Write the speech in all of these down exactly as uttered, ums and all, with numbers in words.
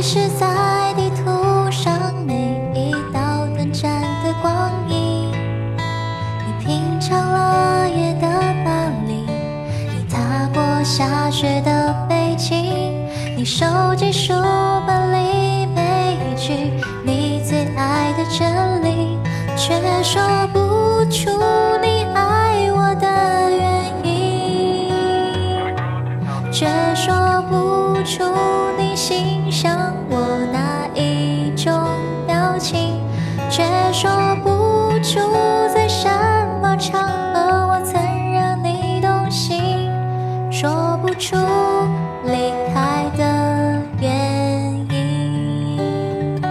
是在地图上每一道短暂的光影。你品尝了夜的巴黎，你踏过下雪的北京，你收集书本里每一句你最爱的真理，却说不出你爱我的原因，却说不出你欣赏我哪一种表情，却说不出在什么场合我曾让你动心，说不出离开的原因。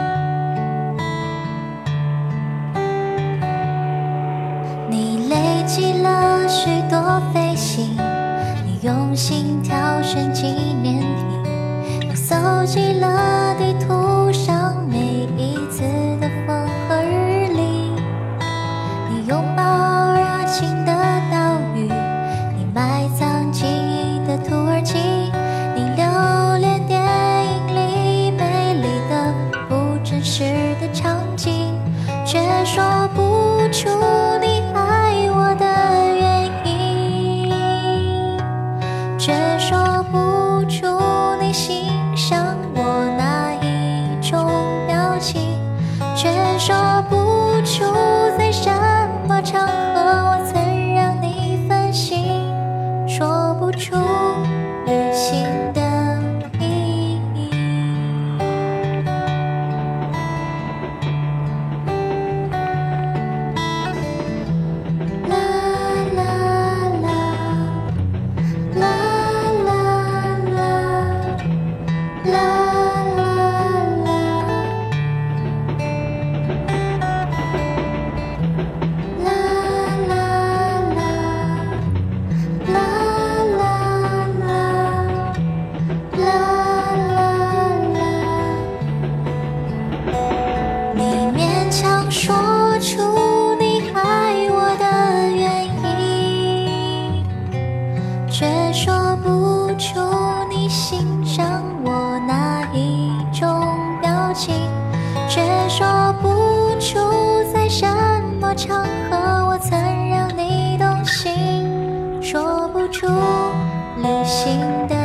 你累积了许多飞行，你用心挑选纪念品，你搜集了地图上每一次的风和日丽，你拥抱热情的岛屿，你埋藏记忆的土耳其，你留恋电影里美丽的不真实的场景，却说不出你爱我的原因，却说不出你欣赏我哪一种表情，却说不出在什么场合我曾让你分心，说不出旅行的意义。啦啦啦，啦啦啦，啦啦啦，啦啦啦，啦啦啦，啦啦啦。你勉强说出你爱我的原因，却说不出你欣赏我哪一种表情，却说不出在什么场合我曾让你动心，说不出旅行的